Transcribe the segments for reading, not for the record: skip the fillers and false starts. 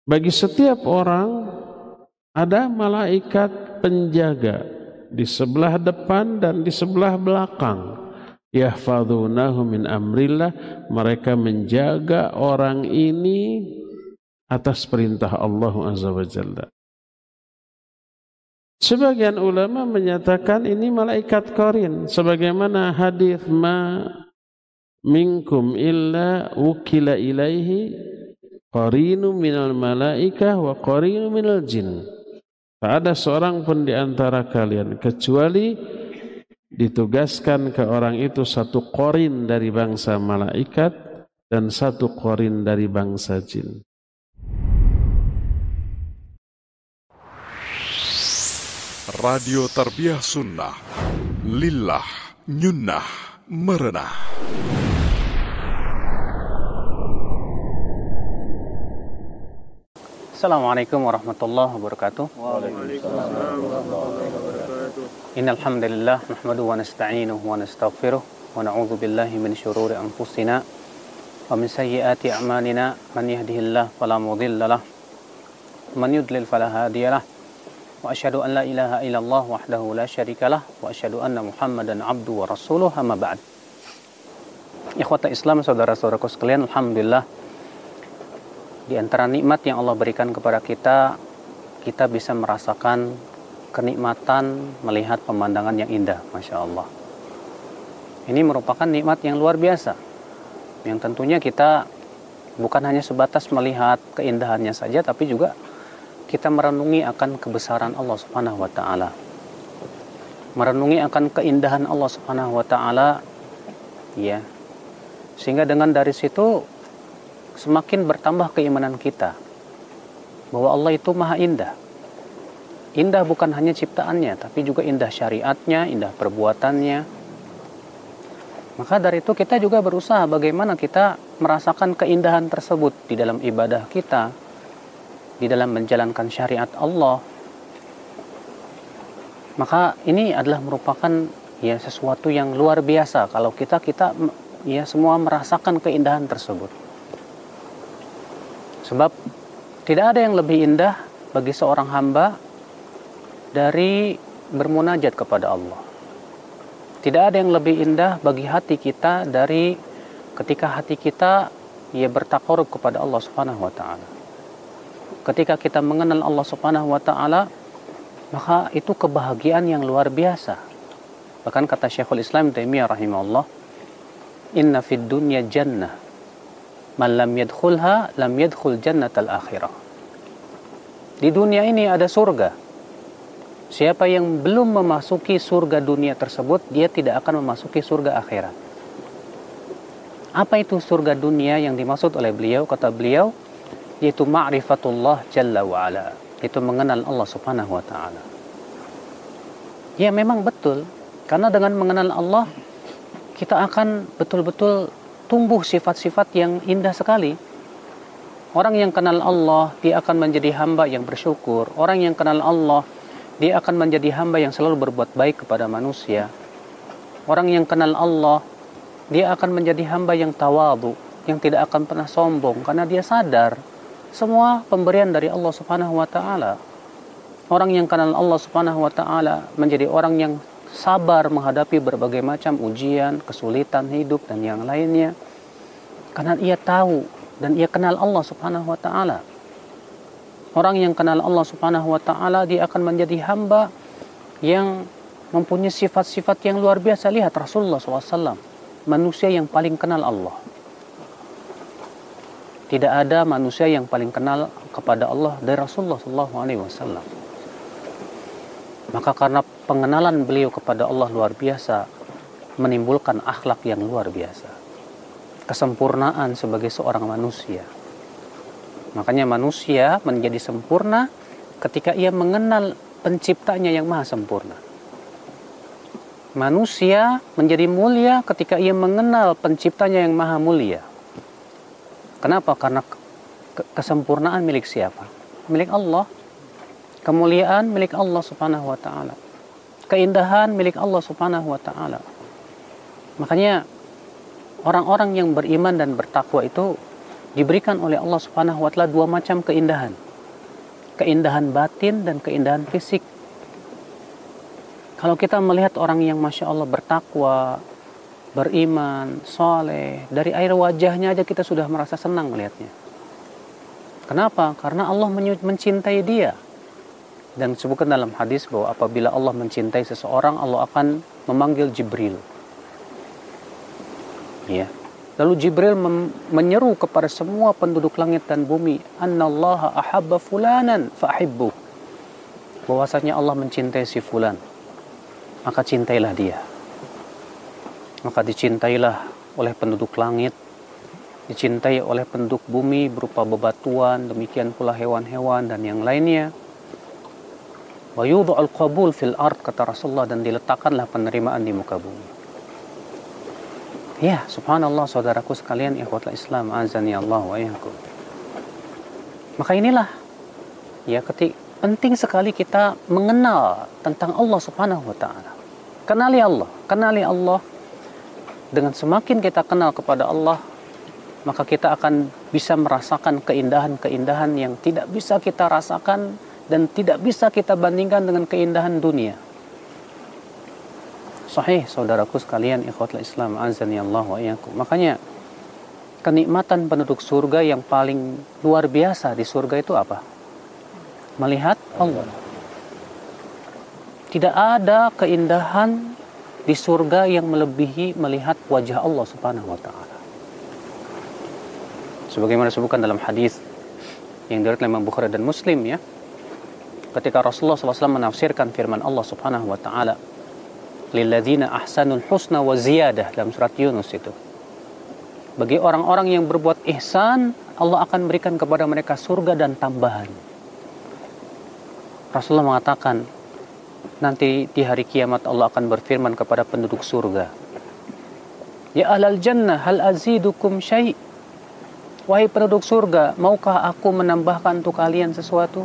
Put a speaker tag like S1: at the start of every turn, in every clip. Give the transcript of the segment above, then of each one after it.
S1: Bagi setiap orang ada malaikat penjaga di sebelah depan dan di sebelah belakang. Yahfazunahu min amrillah, mereka menjaga orang ini atas perintah Allah Azza wa Jalla. Sebagian ulama menyatakan ini malaikat qarin, sebagaimana hadis ma minkum illa wukila ilaihi qarinu minal malaikah wa qarinu minal jin. Tak ada seorang pun di antara kalian kecuali ditugaskan ke orang itu satu qarin dari bangsa malaikat dan satu qarin dari bangsa jin.
S2: Radio Tarbiyah Sunnah, lillah, nyunnah, merenah.
S3: Assalamualaikum warahmatullahi wabarakatuh. Innal hamdalillah nahmaduhu wa nasta'inuhu wa nastaghfiruh wa na'udzu billahi min shururi anfusina wa min sayyiati a'malina, man yahdihillahu fala mudilla lahu wa man yudlil fala hadiya lahu wa asyhadu an la ilaha illallah wahdahu la syarika lahu wa asyhadu anna Muhammadan abduhu wa rasuluh, amma ba'd. Ikhwata Islam, saudara-saudaraku sekalian, alhamdulillah, di antara nikmat yang Allah berikan kepada kita, kita bisa merasakan kenikmatan melihat pemandangan yang indah, Masya Allah. Ini merupakan nikmat yang luar biasa, yang tentunya kita bukan hanya sebatas melihat keindahannya saja, tapi juga kita merenungi akan kebesaran Allah Subhanahu wa Ta'ala, merenungi akan keindahan Allah Subhanahu wa Ta'ala, ya, sehingga dengan dari situ semakin bertambah keimanan kita bahwa Allah itu maha indah. Indah bukan hanya ciptaannya, tapi juga indah syariatnya, indah perbuatannya. Maka dari itu kita juga berusaha bagaimana kita merasakan keindahan tersebut di dalam ibadah kita, di dalam menjalankan syariat Allah. Maka ini adalah merupakan ya sesuatu yang luar biasa kalau kita ya semua merasakan keindahan tersebut. Sebab tidak ada yang lebih indah bagi seorang hamba dari bermunajat kepada Allah. Tidak ada yang lebih indah bagi hati kita dari ketika hati kita ia bertaqarrub kepada Allah Subhanahu wa Ta'ala. Ketika kita mengenal Allah Subhanahu wa Ta'ala, maka itu kebahagiaan yang luar biasa. Bahkan kata Syekhul Islam Taimiyah rahimahullah, inna fid dunya jannah, man lam yadkhulha lam yadkhul jannatal akhirah. Di dunia ini ada surga. Siapa yang belum memasuki surga dunia tersebut, dia tidak akan memasuki surga akhirat. Apa itu surga dunia yang dimaksud oleh beliau? Kata beliau, yaitu ma'rifatullah jalla wa'ala, itu mengenal Allah Subhanahu wa Ta'ala. Ya memang betul, karena dengan mengenal Allah kita akan betul-betul tumbuh sifat-sifat yang indah sekali. Orang yang kenal Allah, dia akan menjadi hamba yang bersyukur. Orang yang kenal Allah, dia akan menjadi hamba yang selalu berbuat baik kepada manusia. Orang yang kenal Allah, dia akan menjadi hamba yang tawadhu, yang tidak akan pernah sombong, karena dia sadar semua pemberian dari Allah Subhanahu wa Ta'ala. Orang yang kenal Allah Subhanahu wa Ta'ala menjadi orang yang sabar menghadapi berbagai macam ujian, kesulitan hidup dan yang lainnya, karena ia tahu dan ia kenal Allah Subhanahu wa Ta'ala. Orang yang kenal Allah Subhanahu wa Ta'ala, dia akan menjadi hamba yang mempunyai sifat-sifat yang luar biasa. Lihat Rasulullah SAW, manusia yang paling kenal Allah. Tidak ada manusia yang paling kenal kepada Allah dari Rasulullah SAW. Maka karena pengenalan beliau kepada Allah luar biasa, menimbulkan akhlak yang luar biasa, kesempurnaan sebagai seorang manusia. Makanya manusia menjadi sempurna ketika ia mengenal penciptanya yang maha sempurna. Manusia menjadi mulia ketika ia mengenal penciptanya yang maha mulia. Kenapa? Karena kesempurnaan milik siapa? Milik Allah. Kemuliaan milik Allah Subhanahu wa Ta'ala. Keindahan milik Allah Subhanahu wa Ta'ala. Makanya orang-orang yang beriman dan bertakwa itu diberikan oleh Allah Subhanahu wa taala dua macam keindahan. Keindahan batin dan keindahan fisik. Kalau kita melihat orang yang Masya Allah bertakwa, beriman, soleh, dari air wajahnya aja kita sudah merasa senang melihatnya. Kenapa? Karena Allah mencintai dia. Dan disebutkan dalam hadis bahwa apabila Allah mencintai seseorang, Allah akan memanggil Jibril. Ya. Lalu Jibril menyeru kepada semua penduduk langit dan bumi, "Annallaha ahabba fulanan fa'ahibbu." Bahwasanya Allah mencintai si fulan, maka cintailah dia. Maka dicintailah oleh penduduk langit, dicintai oleh penduduk bumi berupa bebatuan, demikian pula hewan-hewan dan yang lainnya. Wa yudha'ul qabul fil ard, kata Rasulullah, dan diletakkanlah penerimaan di muka bumi. Ya, subhanallah saudaraku sekalian, ikhwatul Islam, azani Allah wa iyyakum. Maka inilah ya, penting sekali kita mengenal tentang Allah Subhanahu wa taala. Kenali Allah. Dengan semakin kita kenal kepada Allah, maka kita akan bisa merasakan keindahan-keindahan yang tidak bisa kita rasakan dan tidak bisa kita bandingkan dengan keindahan dunia. Sahih saudaraku sekalian, ikhwatul Islam, azani Allah wa iyyakum. Makanya kenikmatan penduduk surga yang paling luar biasa di surga itu apa? Melihat Allah. Tidak ada keindahan di surga yang melebihi melihat wajah Allah Subhanahu wa taala. Sebagaimana disebutkan dalam hadis yang diriwayatkan Imam Bukhari dan Muslim, ya. Ketika Rasulullah SAW menafsirkan firman Allah Subhanahu wa taala, lilladzina ahsanul husna wa ziyadah, dalam surat Yunus itu. Bagi orang-orang yang berbuat ihsan, Allah akan berikan kepada mereka surga dan tambahan. Rasulullah mengatakan, nanti di hari kiamat Allah akan berfirman kepada penduduk surga, ya ahlal jannah hal azidukum syai'. Wahai penduduk surga, maukah aku menambahkan untuk kalian sesuatu?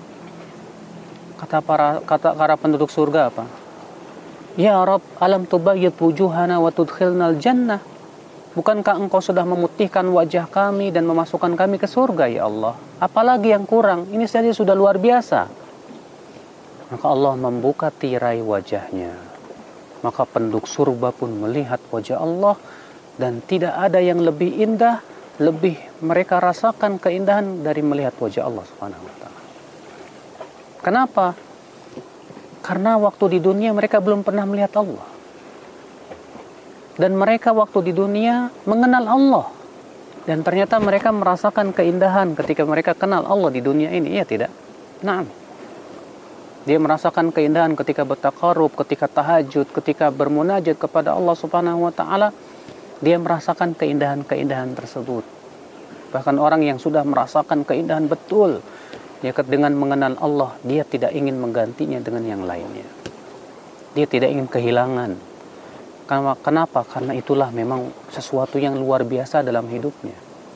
S3: Kata para penduduk surga apa? Ya Rabb, alam tubayyid wujuhana wa tudkhilnal jannah. Bukankah engkau sudah memutihkan wajah kami dan memasukkan kami ke surga, ya Allah? Apalagi yang kurang? Ini saja sudah luar biasa. Maka Allah membuka tirai wajahnya. Maka penduduk surga pun melihat wajah Allah, dan tidak ada yang lebih indah, lebih mereka rasakan keindahan dari melihat wajah Allah Subhanahu wa taala. Kenapa? Karena waktu di dunia mereka belum pernah melihat Allah. Dan mereka waktu di dunia mengenal Allah. Dan ternyata mereka merasakan keindahan ketika mereka kenal Allah di dunia ini. Iya tidak? Nah, dia merasakan keindahan ketika bertaqarrub, ketika tahajud, ketika bermunajat kepada Allah Subhanahu wa taala. Dia merasakan keindahan-keindahan tersebut. Bahkan orang yang sudah merasakan keindahan betul, ya, dengan mengenal Allah, dia tidak ingin menggantinya dengan yang lainnya. Dia tidak ingin kehilangan. Kenapa? Karena itulah memang sesuatu yang luar biasa dalam hidupnya.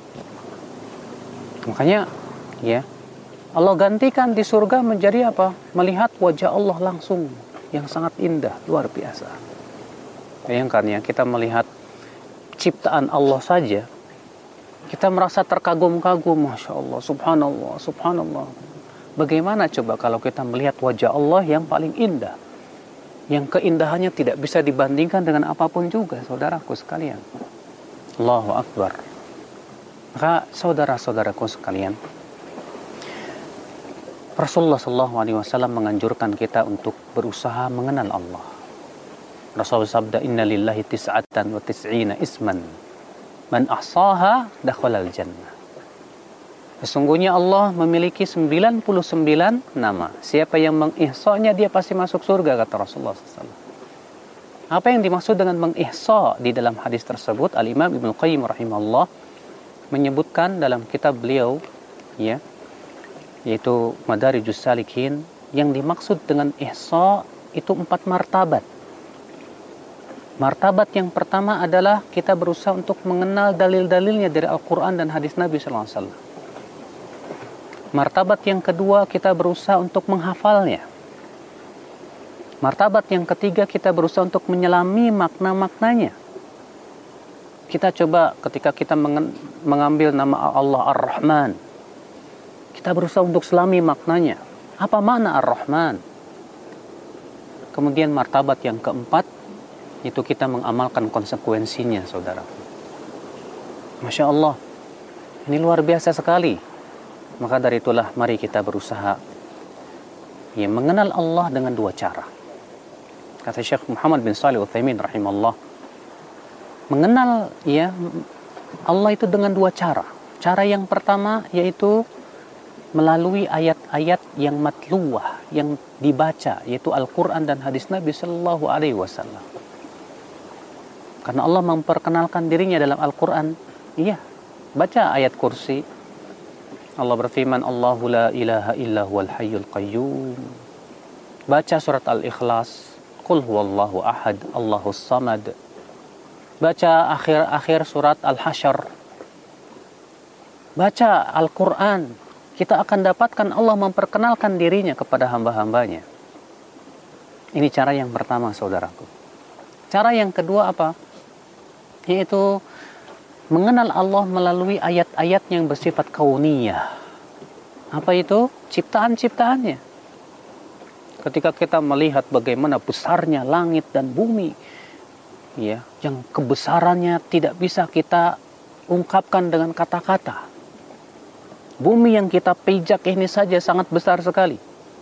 S3: Makanya, ya, Allah gantikan di surga menjadi apa? Melihat wajah Allah langsung, yang sangat indah, luar biasa. Bayangkan ya, kita melihat ciptaan Allah saja, kita merasa terkagum-kagum, Masya Allah, Subhanallah, Subhanallah. Bagaimana coba kalau kita melihat wajah Allah yang paling indah, yang keindahannya tidak bisa dibandingkan dengan apapun juga, saudaraku sekalian. Allahu Akbar. Maka saudara-saudaraku sekalian, Rasulullah SAW menganjurkan kita untuk berusaha mengenal Allah. Rasulullah sabda, inna lillahi tis'atan wa tis'ina isman, man ahsaha dakhalal jannah. Sesungguhnya Allah memiliki 99 nama. Siapa yang mengihsa'nya, dia pasti masuk surga, kata Rasulullah SAW. Apa yang dimaksud dengan mengihsa' di dalam hadis tersebut? Al-Imam Ibnu Qayyim rahimahullah menyebutkan dalam kitab beliau, ya, yaitu Madarijus Salikin, yang dimaksud dengan ihsa' itu 4 martabat. Martabat yang pertama adalah kita berusaha untuk mengenal dalil-dalilnya dari Al-Quran dan hadis Nabi SAW. Martabat yang kedua, kita berusaha untuk menghafalnya. Martabat yang ketiga, kita berusaha untuk menyelami makna-maknanya. Kita coba ketika kita mengambil nama Allah Ar-Rahman, kita berusaha untuk selami maknanya. Apa makna Ar-Rahman? Kemudian martabat yang keempat, itu kita mengamalkan konsekuensinya, saudara. Masya Allah, ini luar biasa sekali. Maka dari itulah mari kita berusaha mengenal Allah dengan dua cara. Kata Syekh Muhammad bin Shalih Al-Utsaimin rahimahullah, mengenal Allah itu dengan dua cara. Cara yang pertama yaitu melalui ayat-ayat yang matluwah, yang dibaca, yaitu Al-Quran dan hadis Nabi Sallallahu Alaihi Wasallam. Karena Allah memperkenalkan dirinya dalam Al-Quran. Baca ayat kursi. Allah berfirman, Allahu la ilaha illa huwal hayyul qayyum. Baca surat Al-Ikhlas, Qul huwallahu ahad, Allahus samad. Baca akhir surat Al-Hasyr. Baca Al-Quran. Kita akan dapatkan Allah memperkenalkan dirinya kepada hamba-hambanya. Ini cara yang pertama, saudaraku. Cara yang kedua apa? Yaitu mengenal Allah melalui ayat-ayat yang bersifat kauniyah. Apa itu? Ciptaan-ciptaannya. Ketika kita melihat bagaimana besarnya langit dan bumi, yang kebesarannya tidak bisa kita ungkapkan dengan kata-kata. Bumi yang kita pijak ini saja sangat besar sekali.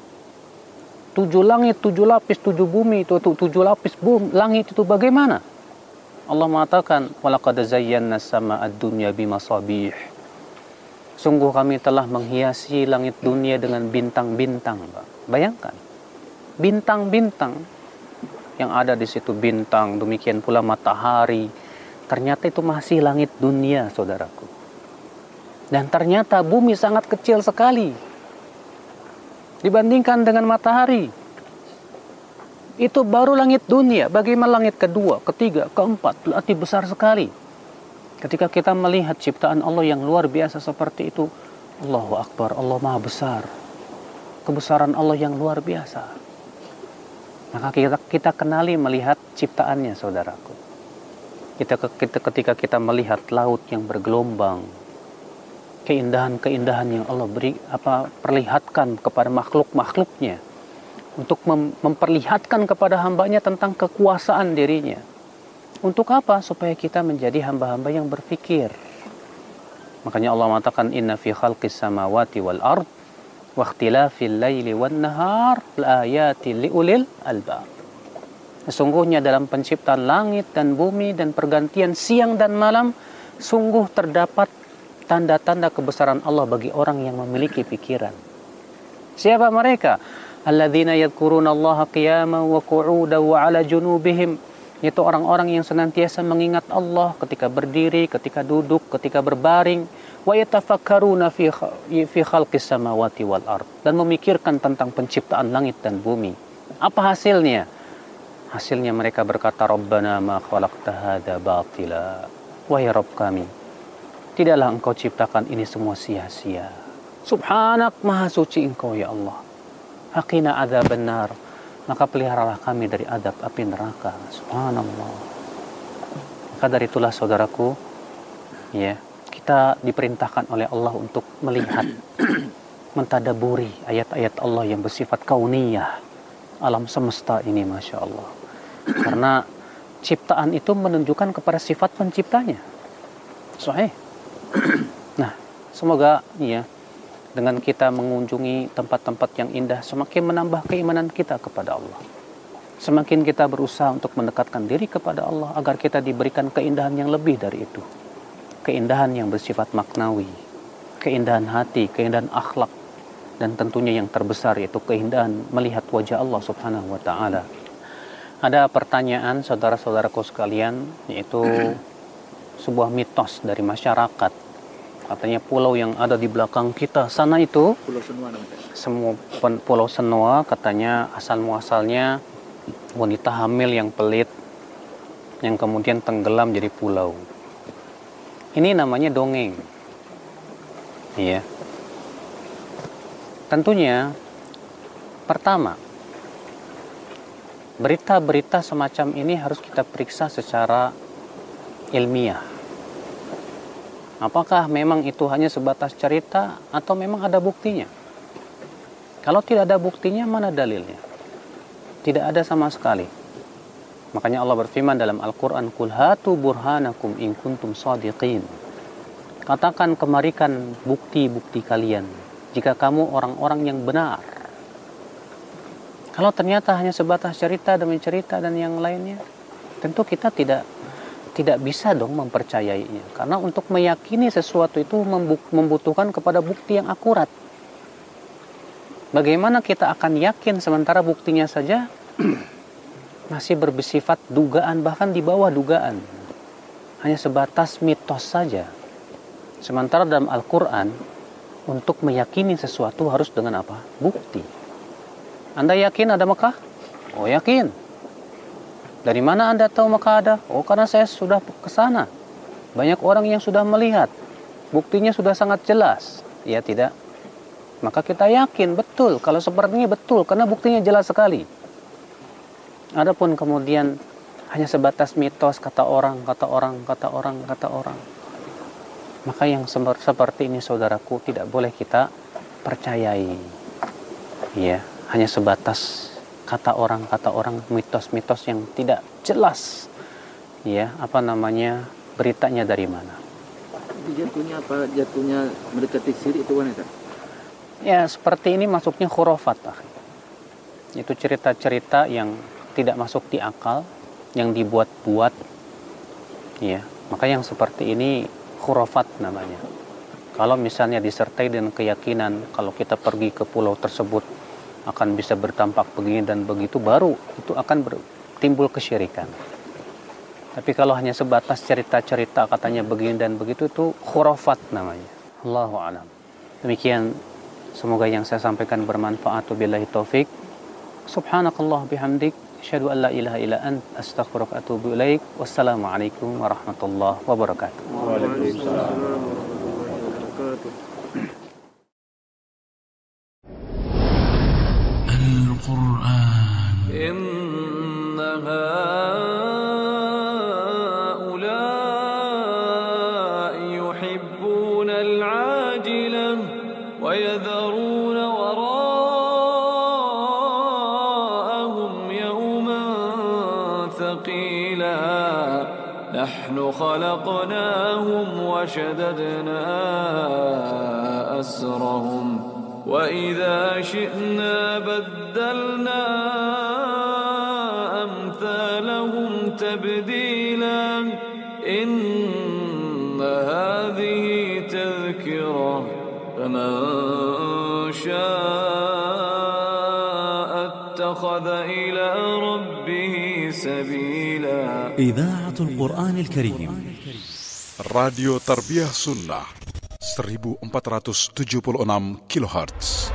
S3: 7 langit, 7 lapis, 7 bumi, 7 lapis langit itu bagaimana? Allah mengatakan, walaqad zayyana as-samaa'a ad-dunya bimasabih. Sungguh kami telah menghiasi langit dunia dengan bintang-bintang. Bayangkan, bintang-bintang yang ada di situ, bintang, demikian pula matahari. Ternyata itu masih langit dunia, saudaraku. Dan ternyata bumi sangat kecil sekali dibandingkan dengan matahari. Itu baru langit dunia. Bagaimana langit kedua, ketiga, keempat? Berarti besar sekali. Ketika kita melihat ciptaan Allah yang luar biasa seperti itu, Allahu Akbar, Allah Maha Besar. Kebesaran Allah yang luar biasa. Maka kita kenali melihat ciptaannya, saudaraku. Ketika kita melihat laut yang bergelombang, keindahan-keindahan yang Allah perlihatkan kepada makhluk-makhluknya, untuk memperlihatkan kepada hambanya tentang kekuasaan dirinya. Untuk apa? Supaya kita menjadi hamba-hamba yang berfikir. Makanya Allah mengatakan, inna fi khalqis samawati wal ard wa ikhtilafil laili wan nahar laayatin liulil albab. Sesungguhnya dalam penciptaan langit dan bumi dan pergantian siang dan malam, sungguh terdapat tanda-tanda kebesaran Allah bagi orang yang memiliki pikiran. Siapa mereka? Alladzina yadhkuruna Allaha qiyaman wa qu'udan wa 'ala junubihim. Itu orang-orang yang senantiasa mengingat Allah ketika berdiri, ketika duduk, ketika berbaring. Wa yatafakkaruna fi khalqis samawati wal ard. Dan memikirkan tentang penciptaan langit dan bumi. Apa hasilnya? Hasilnya mereka berkata, Rabbana ma khalaqta hadza batila. Wahai Rabb kami, tidaklah Engkau ciptakan ini semua sia-sia. Subhanak, maha suci Engkau ya Allah. Haqina adzab benar, maka peliharalah kami dari adab api neraka. Subhanallah. Maka dari itulah saudaraku, kita diperintahkan oleh Allah untuk melihat, mentadaburi ayat-ayat Allah yang bersifat kauniyah, alam semesta ini, Masya Allah. Karena ciptaan itu menunjukkan kepada sifat penciptanya. Sahih. Nah, semoga dengan kita mengunjungi tempat-tempat yang indah, semakin menambah keimanan kita kepada Allah. Semakin kita berusaha untuk mendekatkan diri kepada Allah, agar kita diberikan keindahan yang lebih dari itu. Keindahan yang bersifat maknawi, keindahan hati, keindahan akhlak, dan tentunya yang terbesar yaitu keindahan melihat wajah Allah Subhanahu wa Ta'ala. Ada pertanyaan saudara-saudaraku sekalian, yaitu sebuah mitos dari masyarakat. Katanya pulau yang ada di belakang kita sana itu, Pulau Senua namanya. Semua Pulau Senua, katanya asal-muasalnya wanita hamil yang pelit, yang kemudian tenggelam jadi pulau. Ini namanya dongeng. Iya. Tentunya, pertama, berita-berita semacam ini harus kita periksa secara ilmiah. Apakah memang itu hanya sebatas cerita atau memang ada buktinya? Kalau tidak ada buktinya, mana dalilnya? Tidak ada sama sekali. Makanya Allah berfirman dalam Al-Quran, Qul hatu burhanakum in kuntum shadiqin. Katakan, kemarikan bukti-bukti kalian jika kamu orang-orang yang benar. Kalau ternyata hanya sebatas cerita demi cerita dan yang lainnya, tentu kita tidak bisa dong mempercayainya. Karena untuk meyakini sesuatu itu membutuhkan kepada bukti yang akurat. Bagaimana kita akan yakin sementara buktinya saja masih bersifat dugaan, bahkan di bawah dugaan. Hanya sebatas mitos saja. Sementara dalam Al-Quran, untuk meyakini sesuatu harus dengan apa? Bukti. Anda yakin ada Mekah? Oh, yakin. Dari mana Anda tahu Mekah ada? Oh, karena saya sudah ke sana. Banyak orang yang sudah melihat. Buktinya sudah sangat jelas. Ya tidak? Maka kita yakin betul. Kalau sepertinya betul, karena buktinya jelas sekali. Adapun kemudian hanya sebatas mitos, kata orang. Maka yang seperti ini, saudaraku, tidak boleh kita percayai. Ya, hanya sebatas kata orang, mitos-mitos yang tidak jelas. Ya, beritanya dari mana.
S4: Jatuhnya apa? Jatuhnya mendekati syirik itu wanita?
S3: Ya, seperti ini masuknya khurafat. Itu cerita-cerita yang tidak masuk di akal, yang dibuat-buat. Ya, maka yang seperti ini khurafat namanya. Kalau misalnya disertai dengan keyakinan kalau kita pergi ke pulau tersebut akan bisa bertampak begini dan begitu, baru itu akan timbul kesyirikan. Tapi kalau hanya sebatas cerita-cerita katanya begini dan begitu, itu khurafat namanya. Allahu a'lam. Demikian, semoga yang saya sampaikan bermanfaat. Wabillahi taufik. Subhanakallah bihamdik, asyhadu an la ilaha illa ant, astaghfiruka wa atubu ilaik. Wassalamualaikum warahmatullahi wabarakatuh.
S4: Waalaikumsalam warahmatullahi wabarakatuh.
S5: Al-Quran.
S6: Inna haulai yuhibbuna al-ajilah wa yadharuna wara'ahum yawman thaqila. Nahnu khalaqnahum wa shaddadna asrahum وَإِذَا شِئْنَا بَدَّلْنَا أَمْثَالَهُمْ تَبْدِيلًا إِنَّ هَذِهِ تَذْكِرَةٌ فَمَنْ شَاءَ اتَّخَذَ إِلَى رَبِّهِ سَبِيلًا.
S5: إذاعة القرآن الكريم.
S2: Radio Tarbiyah Sunnah 1476 kHz.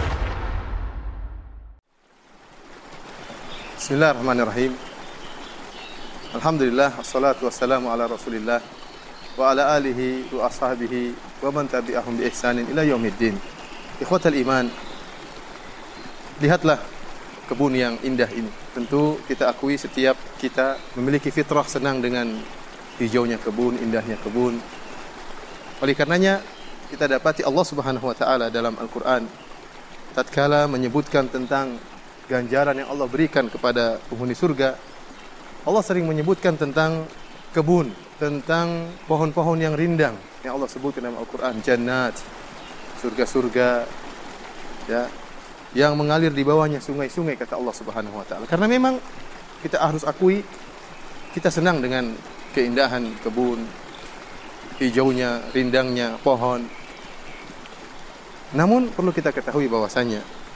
S7: Bismillahirrahmanirrahim. Alhamdulillah, wassalatu wassalamu ala Rasulillah wa ala alihi wa ashabihi wa man tabi'ahum bi ihsanin ila yaumiddin. Ikhwatal iman, lihatlah kebun yang indah ini. Tentu kita akui setiap kita memiliki fitrah senang dengan hijaunya kebun, indahnya kebun. Oleh karenanya kita dapati Allah Subhanahu wa taala dalam Al-Qur'an tatkala menyebutkan tentang ganjaran yang Allah berikan kepada penghuni surga, Allah sering menyebutkan tentang kebun, tentang pohon-pohon yang rindang yang Allah sebutkan dalam Al-Qur'an, jannat, surga-surga, ya, yang mengalir di bawahnya sungai-sungai, kata Allah Subhanahu wa taala. Karena memang kita harus akui kita senang dengan keindahan kebun, hijaunya, rindangnya pohon. Namun perlu kita ketahui bahwasanya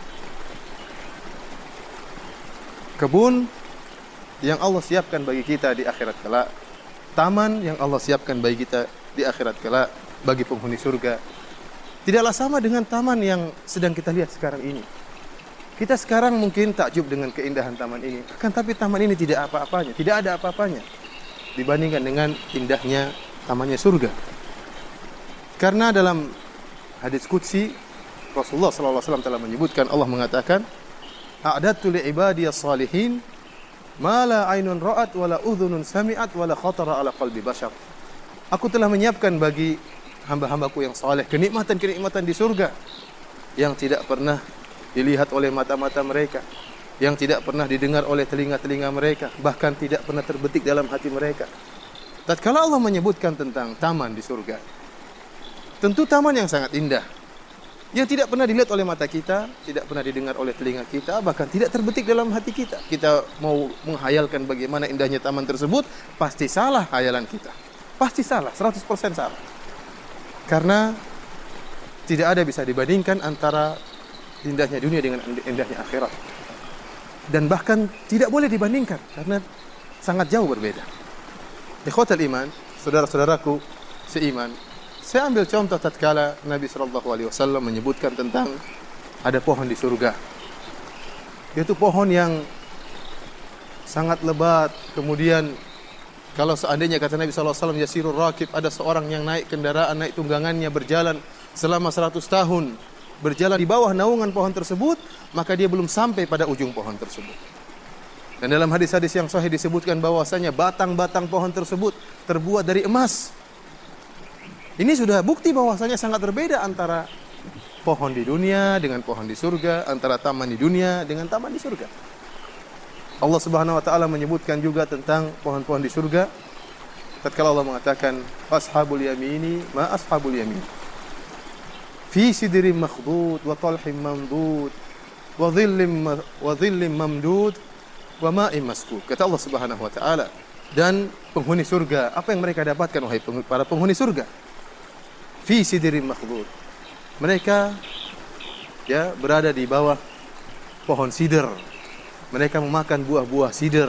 S7: kebun yang Allah siapkan bagi kita di akhirat kelak, taman yang Allah siapkan bagi kita di akhirat kelak bagi penghuni surga, tidaklah sama dengan taman yang sedang kita lihat sekarang ini. Kita sekarang mungkin takjub dengan keindahan taman ini, akan tapi taman ini tidak apa-apanya, tidak ada apa-apanya dibandingkan dengan indahnya tamannya surga. Karena dalam hadits qudsi Rasulullah SAW telah menyebutkan, Allah mengatakan, a'dadtu li ibadiyas salihin ma la ainun ra'at wa la udhunun sami'at wa la khatara ala qalbi bashar. Aku telah menyiapkan bagi hamba-hambaku yang saleh, kenikmatan-kenikmatan di surga yang tidak pernah dilihat oleh mata-mata mereka, yang tidak pernah didengar oleh telinga-telinga mereka, bahkan tidak pernah terbetik dalam hati mereka. Tatkala Allah menyebutkan tentang taman di surga, tentu taman yang sangat indah, yang tidak pernah dilihat oleh mata kita, tidak pernah didengar oleh telinga kita, bahkan tidak terbetik dalam hati kita. Kita mau menghayalkan bagaimana indahnya taman tersebut, pasti salah hayalan kita. Pasti salah, 100% salah. Karena tidak ada bisa dibandingkan antara indahnya dunia dengan indahnya akhirat. Dan bahkan tidak boleh dibandingkan karena sangat jauh berbeda. Ikhwatal iman, saudara-saudaraku seiman, saya ambil contoh tatkala Nabi SAW menyebutkan tentang ada pohon di surga. Yaitu pohon yang sangat lebat. Kemudian kalau seandainya kata Nabi SAW, yasirur rakib, ada seorang yang naik kendaraan, naik tunggangannya, berjalan selama 100 tahun, berjalan di bawah naungan pohon tersebut, maka dia belum sampai pada ujung pohon tersebut. Dan dalam hadis-hadis yang sahih disebutkan bahwasanya batang-batang pohon tersebut terbuat dari emas. Ini sudah bukti bahwasanya sangat berbeda antara pohon di dunia dengan pohon di surga, antara taman di dunia dengan taman di surga. Allah Subhanahu wa taala menyebutkan juga tentang pohon-pohon di surga. Tatkala Allah mengatakan, "Ashabul yamini ma ashabul yamin. Fi sidrin makhdud wa talhim mamdud wa dhillim mamdud wa ma'in maskub." Kata Allah Subhanahu wa taala, dan penghuni surga, apa yang mereka dapatkan wahai para penghuni surga? Fi sidrin makhdud. Mereka berada di bawah pohon sidr. Mereka memakan buah-buah sidr.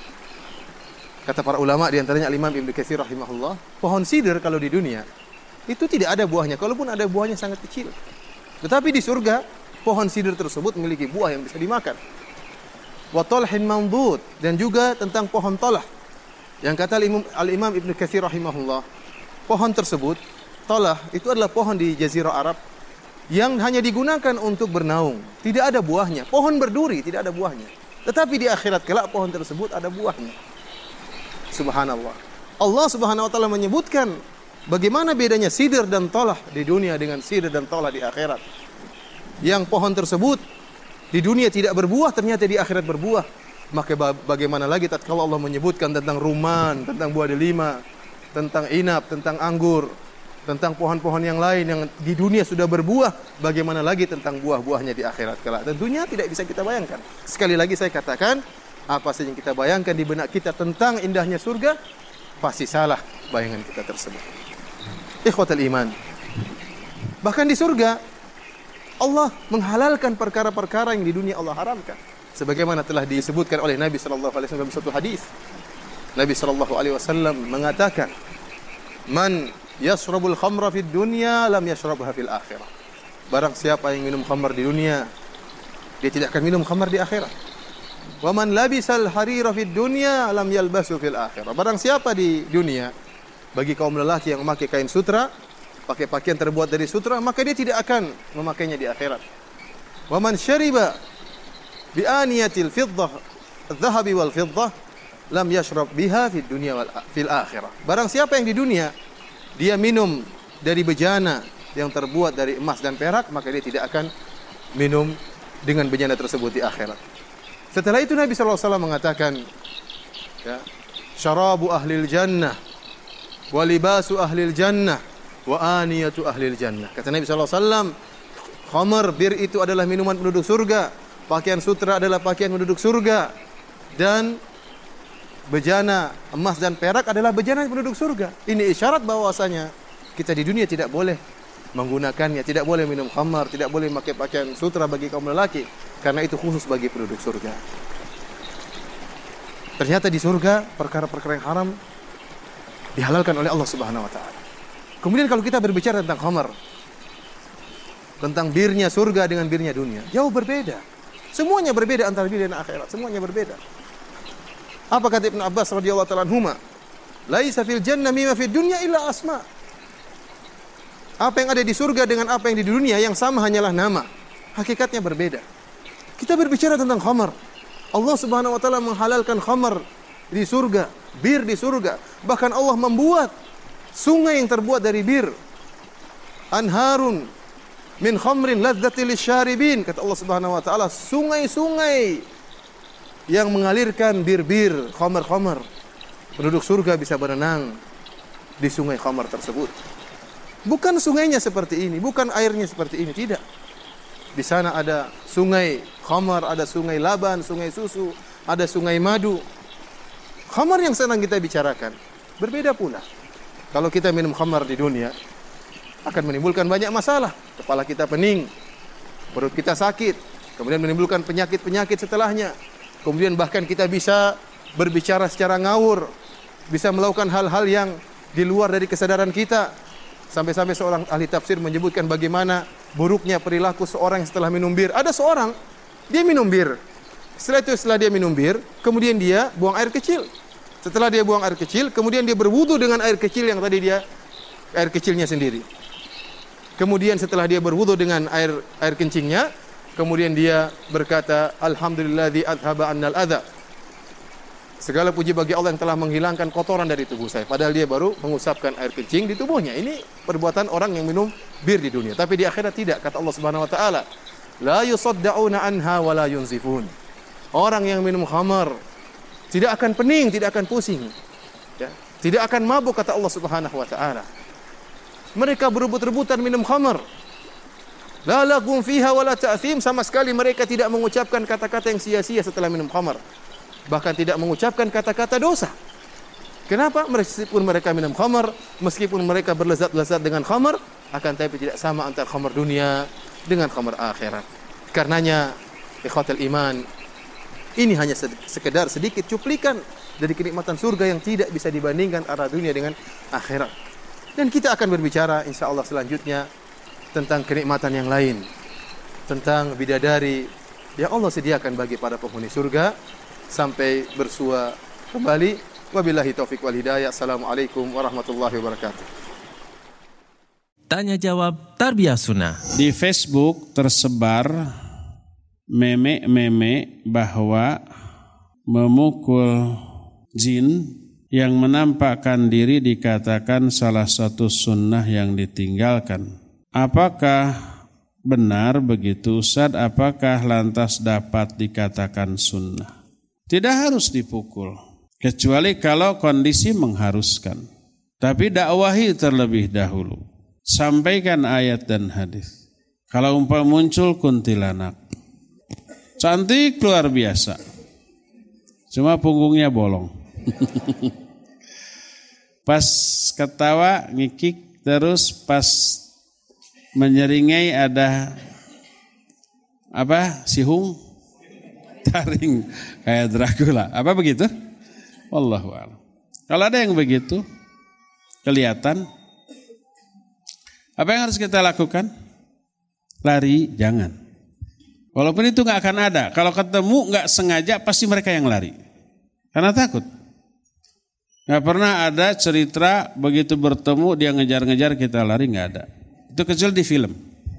S7: Kata para ulama, di antaranya Al-Imam Ibnu Katsir rahimahullah, pohon sidr kalau di dunia itu tidak ada buahnya, kalaupun ada buahnya sangat kecil. Tetapi di surga, pohon sidr tersebut memiliki buah yang bisa dimakan. Wa talhin mamdud, dan juga tentang pohon talah. Yang kata Al-Imam Ibnu Katsir rahimahullah, pohon tersebut, talah itu adalah pohon di Jazirah Arab yang hanya digunakan untuk bernaung. Tidak ada buahnya. Pohon berduri, tidak ada buahnya. Tetapi di akhirat kelak pohon tersebut ada buahnya. Subhanallah. Allah Subhanahu wa taala menyebutkan bagaimana bedanya sidr dan talah di dunia dengan sidr dan talah di akhirat. Yang pohon tersebut di dunia tidak berbuah, ternyata di akhirat berbuah. Maka bagaimana lagi tatkala Allah menyebutkan tentang rumman, tentang buah delima, tentang inab, tentang anggur, tentang pohon-pohon yang lain yang di dunia sudah berbuah, bagaimana lagi tentang buah-buahnya di akhirat kelak. Tentunya tidak bisa kita bayangkan. Sekali lagi saya katakan, apa saja yang kita bayangkan di benak kita tentang indahnya surga, pasti salah bayangan kita tersebut. Ikhwatal iman. Bahkan di surga, Allah menghalalkan perkara-perkara yang di dunia Allah haramkan. Sebagaimana telah disebutkan oleh Nabi SAW dalam satu hadis. Nabi SAW mengatakan, "Man yashrabul khamra fid dunya lam yashrabha fil akhirah." Barang siapa yang minum khamar di dunia, dia tidak akan minum khamar di akhirat. Wa man labisal harira fid dunya lam yalbasu fil akhirah. Barang siapa di dunia, bagi kaum lelaki yang memakai kain sutra, pakai pakaian terbuat dari sutra, maka dia tidak akan memakainya di akhirat. Wa man syariba bi aniyatil fiddah adh-dhahabi wal fiddah lam yashrab biha fid dunya wal fil akhirah. Barang siapa yang di dunia dia minum dari bejana yang terbuat dari emas dan perak, maka dia tidak akan minum dengan bejana tersebut di akhirat. Setelah itu Nabi SAW mengatakan, syarabu ahlil jannah, wa libasu ahlil jannah, wa aniyatu ahlil jannah. Kata Nabi SAW, khamar, bir itu adalah minuman penduduk surga, pakaian sutra adalah pakaian penduduk surga, dan bejana emas dan perak adalah bejana penduduk surga. Ini isyarat bahwasanya kita di dunia tidak boleh menggunakannya, tidak boleh minum khamar, tidak boleh memakai pakaian sutra bagi kaum lelaki, karena itu khusus bagi penduduk surga. Ternyata di surga perkara-perkara yang haram dihalalkan oleh Allah Subhanahu wa taala. Kemudian kalau kita berbicara tentang khamar, tentang birnya surga dengan birnya dunia, jauh berbeda. Semuanya berbeda antara bir dan akhirat, semuanya berbeda. Apa kata Ibnu Abbas radhiyallahu ta'ala anhuma? Laisa fil jannah mimma fid dunya illa asma. Apa yang ada di surga dengan apa yang di dunia yang sama hanyalah nama. Hakikatnya berbeda. Kita berbicara tentang khamar. Allah Subhanahu wa taala menghalalkan khamar di surga, bir di surga. Bahkan Allah membuat sungai yang terbuat dari bir. anharun min khamrin ladzatil lisyaribin. Kata Allah Subhanahu wa taala, sungai-sungai yang mengalirkan bir-bir khamar-khamar. Penduduk surga bisa berenang di sungai khamar tersebut. Bukan sungainya seperti ini, bukan airnya seperti ini, tidak. Di sana ada sungai khamar, ada sungai laban, sungai susu, ada sungai madu. Khamar yang sedang kita bicarakan berbeda pula. Kalau kita minum khamar di dunia akan menimbulkan banyak masalah. Kepala kita pening, perut kita sakit, kemudian menimbulkan penyakit-penyakit setelahnya. Kemudian bahkan kita bisa berbicara secara ngawur, bisa melakukan hal-hal yang di luar dari kesadaran kita. Sampai-sampai seorang ahli tafsir menyebutkan bagaimana buruknya perilaku seorang yang setelah minum bir. Ada seorang, dia minum bir. Setelah dia minum bir, kemudian dia buang air kecil. Setelah dia buang air kecil, kemudian dia berwudu dengan air kecil yang tadi dia, air kecilnya sendiri. Kemudian setelah dia berwudu dengan air kencingnya, kemudian dia berkata, Alhamdulilladzi adhaba annal adza. Segala puji bagi Allah yang telah menghilangkan kotoran dari tubuh saya. Padahal dia baru mengusapkan air kencing di tubuhnya. Ini perbuatan orang yang minum bir di dunia. Tapi di akhirat tidak. Kata Allah Subhanahu wa taala, la yusaddauna anha wa la yunzifun. Orang yang minum khamar tidak akan pening, tidak akan pusing. Ya, tidak akan mabuk, kata Allah Subhanahu wa taala. Mereka berebut-rebutan minum khamar. La lagum fiha wa la ta'thim, sama sekali mereka tidak mengucapkan kata-kata yang sia-sia setelah minum khamar. Bahkan tidak mengucapkan kata-kata dosa. Kenapa? Meskipun mereka minum khamar, meskipun mereka berlezat-lezat dengan khamar, akan tapi tidak sama antara khamar dunia dengan khamar akhirat. Karenanya, ikhwatul iman, ini hanya sekedar sedikit cuplikan dari kenikmatan surga yang tidak bisa dibandingkan antara dunia dengan akhirat. Dan kita akan berbicara insyaallah selanjutnya tentang kenikmatan yang lain, tentang bidadari yang Allah sediakan bagi para penghuni surga sampai bersua kembali. Wabillahi taufik wal hidayah. Assalamualaikum warahmatullahi wabarakatuh.
S5: Tanya jawab Tarbiyah Sunnah.
S1: Di Facebook tersebar meme-meme bahwa memukul jin yang menampakkan diri dikatakan salah satu sunnah yang ditinggalkan. Apakah benar begitu, Ustaz? Apakah lantas dapat dikatakan sunnah? Tidak harus dipukul, kecuali kalau kondisi mengharuskan. Tapi dakwahi terlebih dahulu. Sampaikan ayat dan hadis. Kalau muncul kuntilanak, cantik luar biasa, cuma punggungnya bolong. Pas ketawa ngikik, terus pas menyeringai ada sihung, taring kayak Dracula. Apa begitu? Wallahu a'lam. Kalau ada yang begitu kelihatan, apa yang harus kita lakukan? Lari, jangan. Walaupun itu nggak akan ada. Kalau ketemu nggak sengaja, pasti mereka yang lari. Karena takut. Nggak pernah ada cerita begitu bertemu dia ngejar-ngejar kita lari, nggak ada. Itu kecil di film.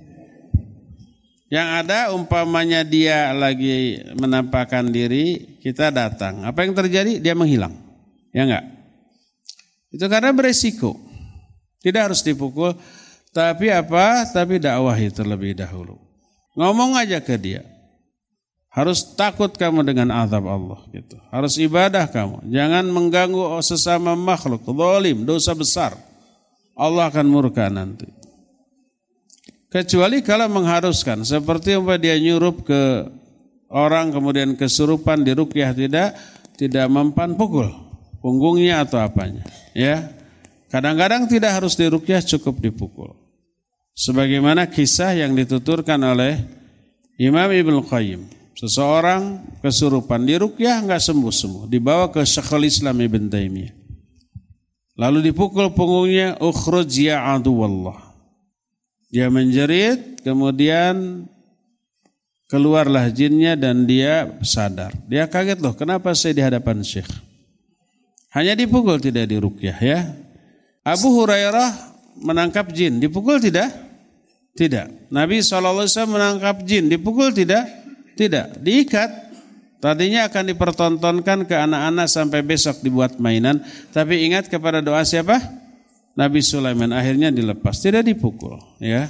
S1: Yang ada umpamanya dia lagi menampakkan diri, kita datang. Apa yang terjadi? Dia menghilang. Ya enggak? Itu karena beresiko. Tidak harus dipukul, tapi Tapi dakwahi terlebih dahulu. Ngomong aja ke dia. Harus takut kamu dengan azab Allah gitu. Harus ibadah kamu. Jangan mengganggu sesama makhluk, zalim, dosa besar. Allah akan murka nanti. Kecuali kalau mengharuskan, seperti umpamanya dia nyurup ke orang kemudian kesurupan diruqyah, tidak mempan, pukul punggungnya atau apanya. Ya, kadang-kadang tidak harus diruqyah, cukup dipukul. Sebagaimana kisah yang dituturkan oleh Imam Ibnu Qayyim, seseorang kesurupan diruqyah nggak sembuh-sembuh, dibawa ke Syekhul Islam Ibnu Taimiyah, lalu dipukul punggungnya, ukhruj ya aduwallah. Dia menjerit, kemudian keluarlah jinnya dan dia sadar. Dia kaget, loh kenapa saya di hadapan Syekh? Hanya dipukul, tidak diruqyah ya. Abu Hurairah menangkap jin, dipukul tidak? Tidak. Nabi SAW menangkap jin, dipukul tidak? Tidak. Diikat. Tadinya akan dipertontonkan ke anak-anak sampai besok dibuat mainan. Tapi ingat kepada doa siapa? Nabi Sulaiman, akhirnya dilepas, tidak dipukul, ya.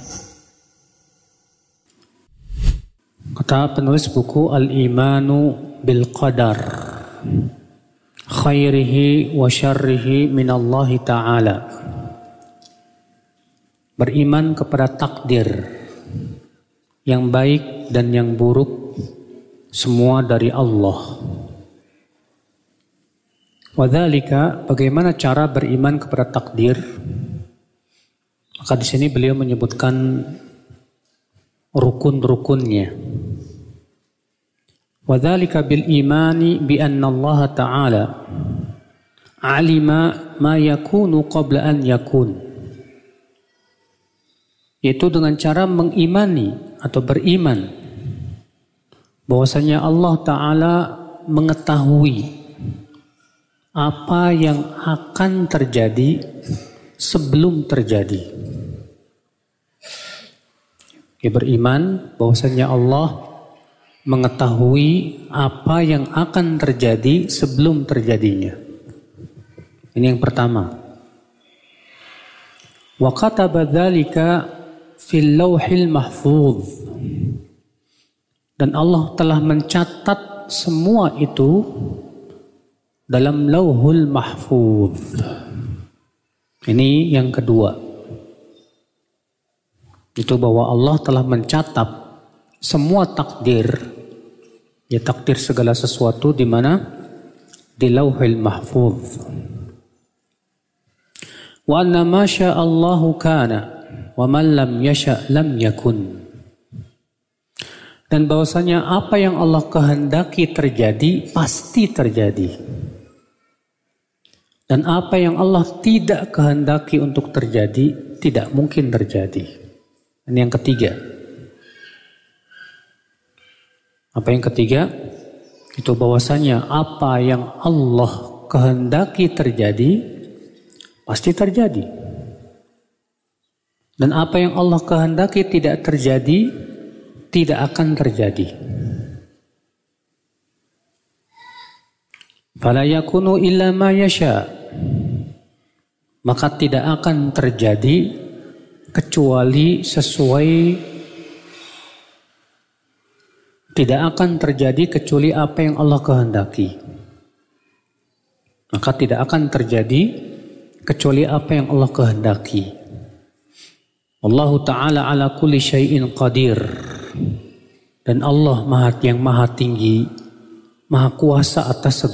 S8: Kata penulis buku Al-Imanu bil Qadar khairihi wa syarrihi minallahi ta'ala. Beriman kepada takdir yang baik dan yang buruk semua dari Allah. Wadzalika, bagaimana cara beriman kepada takdir? Maka di sini beliau menyebutkan rukun-rukunnya. Wadzalika bil imani bi anna Allah Ta'ala alima ma yakunu qabla an yakun. Yaitu dengan cara mengimani atau beriman bahwasanya Allah Ta'ala mengetahui apa yang akan terjadi sebelum terjadi. Ya, beriman bahwasanya Allah mengetahui apa yang akan terjadi sebelum terjadinya. Ini yang pertama. Wa kataba dzalika fil lauhil mahfuz. Dan Allah telah mencatat semua itu dalam lauhul mahfuz. Ini yang kedua. Itu bahwa Allah telah mencatat semua takdir, ya takdir segala sesuatu di mana? Di lauhul mahfuz. Wa anna ma sya'allahu kana wa man lam yasha' lam yakun. Dan bahwasanya apa yang Allah kehendaki terjadi pasti terjadi. Dan apa yang Allah tidak kehendaki untuk terjadi tidak mungkin terjadi. Ini yang ketiga. Apa yang ketiga? Itu bahwasanya apa yang Allah kehendaki terjadi pasti terjadi. Dan apa yang Allah kehendaki tidak terjadi tidak akan terjadi. Fala yakunu illa ma yasha. Maka tidak akan terjadi kecuali sesuai, tidak akan terjadi kecuali apa yang Allah kehendaki. Maka tidak akan terjadi kecuali apa yang Allah kehendaki. Allah Ta'ala ala kulli syai'in qadir. Dan Allah yang maha tinggi, maha kuasa atas segala